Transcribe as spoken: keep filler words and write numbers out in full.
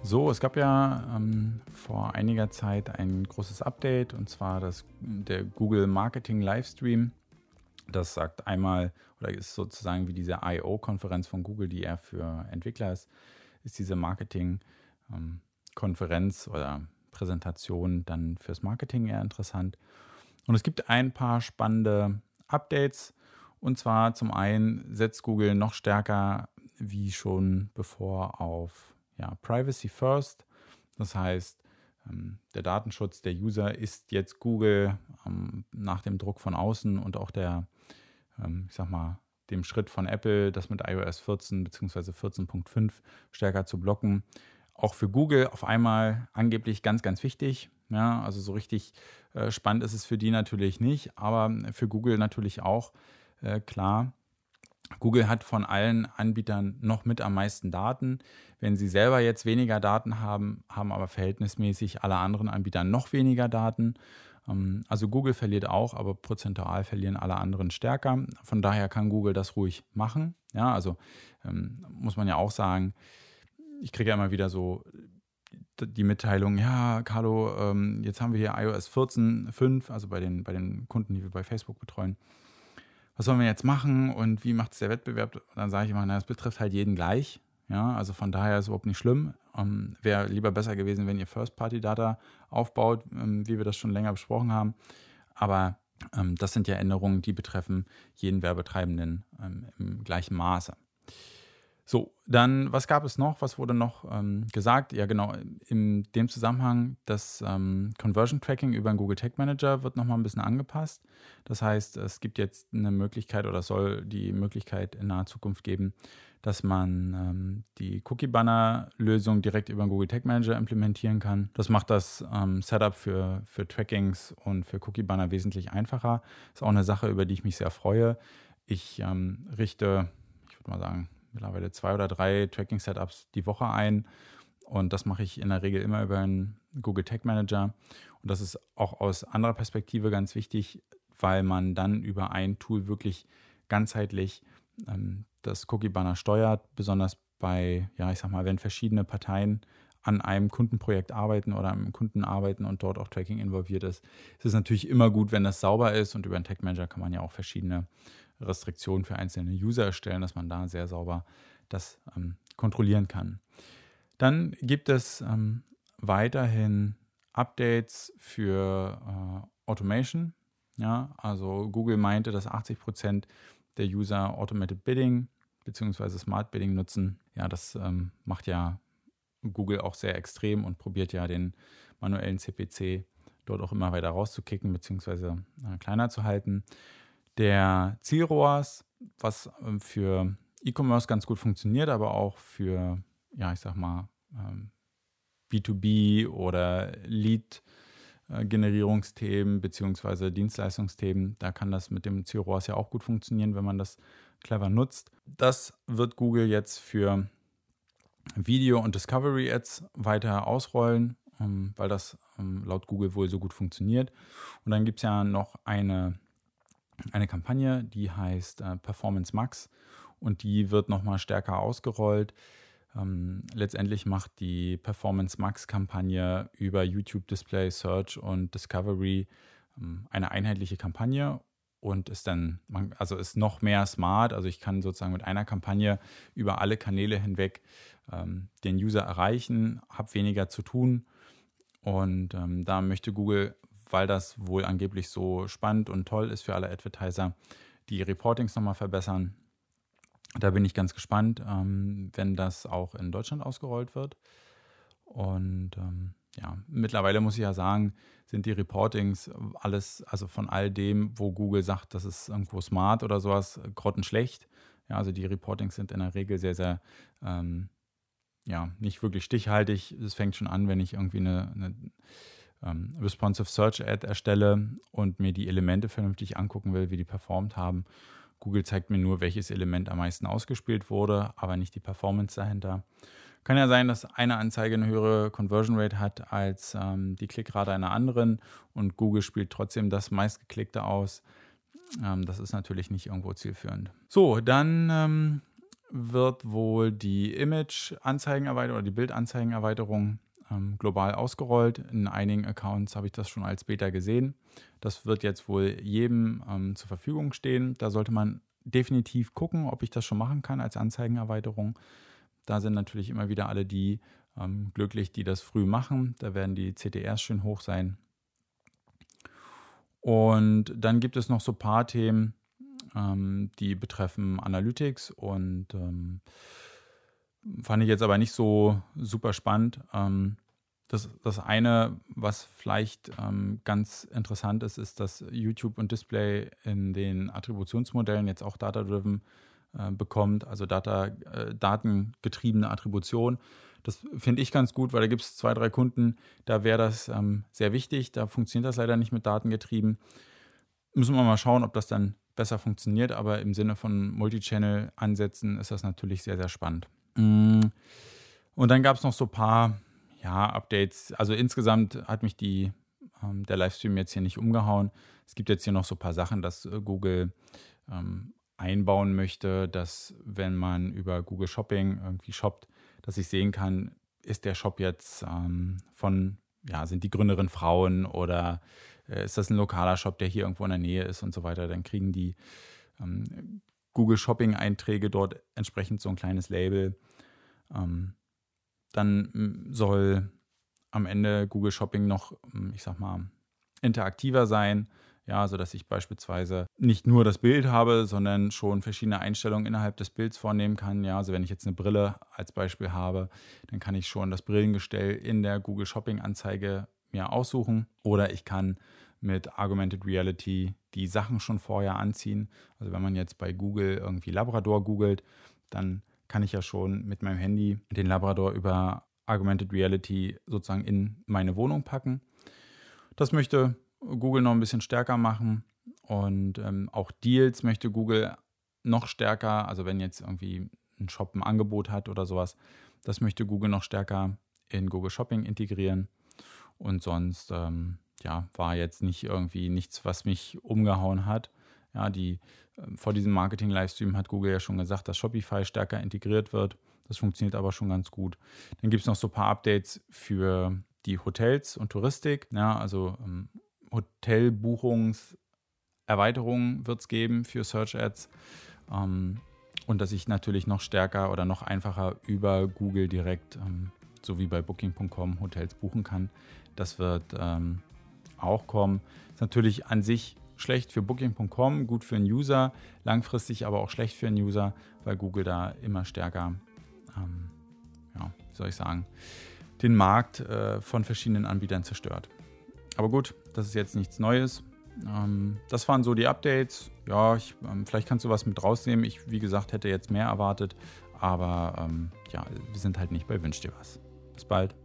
So, es gab ja ähm, vor einiger Zeit ein großes Update, und zwar das, der Google Marketing Livestream. Das sagt einmal, oder ist sozusagen wie diese I O-Konferenz von Google, die eher für Entwickler ist, ist diese Marketing-Konferenz oder Präsentation dann fürs Marketing eher interessant. Und es gibt ein paar spannende Updates. Und zwar zum einen setzt Google noch stärker wie schon bevor auf ja, Privacy First. Das heißt, ähm, der Datenschutz der User ist jetzt Google ähm, nach dem Druck von außen und auch der, ähm, ich sag mal, dem Schritt von Apple, das mit i O S vierzehn bzw. vierzehn Punkt fünf stärker zu blocken, auch für Google auf einmal angeblich ganz, ganz wichtig. Ja, also so richtig äh, spannend ist es für die natürlich nicht, aber für Google natürlich auch äh, klar. Google hat von allen Anbietern noch mit am meisten Daten. Wenn sie selber jetzt weniger Daten haben, haben aber verhältnismäßig alle anderen Anbieter noch weniger Daten. Also Google verliert auch, aber prozentual verlieren alle anderen stärker. Von daher kann Google das ruhig machen. Ja, also ähm, muss man ja auch sagen, ich kriege ja immer wieder so die Mitteilung, ja, Carlo, ähm, jetzt haben wir hier i O S vierzehn Punkt fünf, also bei den, bei den Kunden, die wir bei Facebook betreuen. Was sollen wir jetzt machen und wie macht es der Wettbewerb? Dann sage ich immer, na, das betrifft halt jeden gleich. Ja, also von daher ist es überhaupt nicht schlimm. Ähm, Wäre lieber besser gewesen, wenn ihr First-Party-Data aufbaut, ähm, wie wir das schon länger besprochen haben. Aber ähm, das sind ja Änderungen, die betreffen jeden Werbetreibenden ähm, im gleichen Maße. So, dann, was gab es noch? Was wurde noch ähm, gesagt? Ja, genau, in dem Zusammenhang, das ähm, Conversion Tracking über den Google Tag Manager wird nochmal ein bisschen angepasst. Das heißt, es gibt jetzt eine Möglichkeit oder soll die Möglichkeit in naher Zukunft geben, dass man ähm, die Cookie-Banner-Lösung direkt über den Google Tag Manager implementieren kann. Das macht das ähm, Setup für, für Trackings und für Cookie-Banner wesentlich einfacher. Ist auch eine Sache, über die ich mich sehr freue. Ich ähm, richte, ich würde mal sagen, mittlerweile zwei oder drei Tracking-Setups die Woche ein, und das mache ich in der Regel immer über einen Google Tag Manager, und das ist auch aus anderer Perspektive ganz wichtig, weil man dann über ein Tool wirklich ganzheitlich ähm, das Cookie-Banner steuert, besonders bei, ja, ich sag mal, wenn verschiedene Parteien an einem Kundenprojekt arbeiten oder einem Kunden arbeiten und dort auch Tracking involviert ist, ist es natürlich immer gut, wenn das sauber ist, und über einen Tag Manager kann man ja auch verschiedene Restriktionen für einzelne User erstellen, dass man da sehr sauber das ähm, kontrollieren kann. Dann gibt es ähm, weiterhin Updates für äh, Automation. Ja, also Google meinte, dass achtzig Prozent der User Automated Bidding bzw. Smart Bidding nutzen. Ja, das ähm, macht ja Google auch sehr extrem und probiert ja den manuellen C P C dort auch immer weiter rauszukicken bzw. äh, kleiner zu halten. Der Ziel R O A S, was ähm, für E-Commerce ganz gut funktioniert, aber auch für, ja, ich sag mal, ähm, B zwei B oder Lead-Generierungsthemen bzw. Dienstleistungsthemen, da kann das mit dem Ziel R O A S ja auch gut funktionieren, wenn man das clever nutzt. Das wird Google jetzt für Video- und Discovery-Ads weiter ausrollen, ähm, weil das ähm, laut Google wohl so gut funktioniert. Und dann gibt es ja noch eine eine Kampagne, die heißt äh, Performance Max, und die wird nochmal stärker ausgerollt. Ähm, letztendlich macht die Performance Max Kampagne über YouTube Display, Search und Discovery ähm, eine einheitliche Kampagne und ist dann, also ist noch mehr smart. Also ich kann sozusagen mit einer Kampagne über alle Kanäle hinweg ähm, den User erreichen, habe weniger zu tun, und ähm, da möchte Google, weil das wohl angeblich so spannend und toll ist für alle Advertiser, die Reportings nochmal verbessern. Da bin ich ganz gespannt, ähm, wenn das auch in Deutschland ausgerollt wird. Und ähm, ja, mittlerweile muss ich ja sagen, sind die Reportings alles, also von all dem, wo Google sagt, das ist irgendwo smart oder sowas, grottenschlecht. Ja, also die Reportings sind in der Regel sehr, sehr ähm, ja, nicht wirklich stichhaltig. Es fängt schon an, wenn ich irgendwie eine, eine ähm, Responsive Search Ad erstelle und mir die Elemente vernünftig angucken will, wie die performt haben. Google zeigt mir nur, welches Element am meisten ausgespielt wurde, aber nicht die Performance dahinter. Kann ja sein, dass eine Anzeige eine höhere Conversion Rate hat als ähm, die Klickrate einer anderen, und Google spielt trotzdem das meistgeklickte aus. Ähm, das ist natürlich nicht irgendwo zielführend. So, dann ähm, wird wohl die Image-Anzeigenerweiterung oder die Bildanzeigenerweiterung ähm, global ausgerollt. In einigen Accounts habe ich das schon als Beta gesehen. Das wird jetzt wohl jedem ähm, zur Verfügung stehen. Da sollte man definitiv gucken, ob ich das schon machen kann als Anzeigenerweiterung. Da sind natürlich immer wieder alle die ähm, glücklich, die das früh machen. Da werden die C T Rs schön hoch sein. Und dann gibt es noch so ein paar Themen, ähm, die betreffen Analytics und ähm, fand ich jetzt aber nicht so super spannend. Ähm, das, das eine, was vielleicht ähm, ganz interessant ist, ist, dass YouTube und Display in den Attributionsmodellen jetzt auch Data-Driven äh, bekommt, also Data, äh, datengetriebene Attribution. Das finde ich ganz gut, weil da gibt es zwei, drei Kunden, da wäre das ähm, sehr wichtig. Da funktioniert das leider nicht mit Datengetrieben. Müssen wir mal schauen, ob das dann besser funktioniert, aber im Sinne von Multichannel-Ansätzen ist das natürlich sehr, sehr spannend. Und dann gab es noch so ein paar ja, Updates. Also insgesamt hat mich die, ähm, der Livestream jetzt hier nicht umgehauen. Es gibt jetzt hier noch so ein paar Sachen, dass äh, Google ähm, einbauen möchte, dass wenn man über Google Shopping irgendwie shoppt, dass ich sehen kann, ist der Shop jetzt ähm, von, ja, sind die Gründerin Frauen oder äh, ist das ein lokaler Shop, der hier irgendwo in der Nähe ist und so weiter. Dann kriegen die ähm, Google Shopping-Einträge dort entsprechend so ein kleines Label. Ähm, dann soll am Ende Google Shopping noch, ich sag mal, interaktiver sein. Ja, sodass ich beispielsweise nicht nur das Bild habe, sondern schon verschiedene Einstellungen innerhalb des Bilds vornehmen kann. Ja, also wenn ich jetzt eine Brille als Beispiel habe, dann kann ich schon das Brillengestell in der Google Shopping Anzeige mir aussuchen. Oder ich kann mit Augmented Reality die Sachen schon vorher anziehen. Also wenn man jetzt bei Google irgendwie Labrador googelt, dann kann ich ja schon mit meinem Handy den Labrador über Augmented Reality sozusagen in meine Wohnung packen. Das möchte Google noch ein bisschen stärker machen und ähm, auch Deals möchte Google noch stärker, also wenn jetzt irgendwie ein Shop ein Angebot hat oder sowas, das möchte Google noch stärker in Google Shopping integrieren und sonst ähm, ja, war jetzt nicht irgendwie nichts, was mich umgehauen hat. Ja, die, äh, vor diesem Marketing-Livestream hat Google ja schon gesagt, dass Shopify stärker integriert wird. Das funktioniert aber schon ganz gut. Dann gibt es noch so ein paar Updates für die Hotels und Touristik. Ja, also ähm, Hotelbuchungserweiterungen wird es geben für Search Ads. Ähm, und dass ich natürlich noch stärker oder noch einfacher über Google direkt, ähm, so wie bei Booking Punkt com, Hotels buchen kann. Das wird ähm, auch kommen. Ist natürlich an sich schlecht für Booking Punkt com, gut für einen User, langfristig aber auch schlecht für einen User, weil Google da immer stärker, ähm, ja, wie soll ich sagen, den Markt äh, von verschiedenen Anbietern zerstört. Aber gut, das ist jetzt nichts Neues. Ähm, das waren so die Updates. Ja, ich, ähm, vielleicht kannst du was mit rausnehmen. Ich, wie gesagt, hätte jetzt mehr erwartet, aber ähm, ja, wir sind halt nicht bei Wünsch dir was. Bis bald.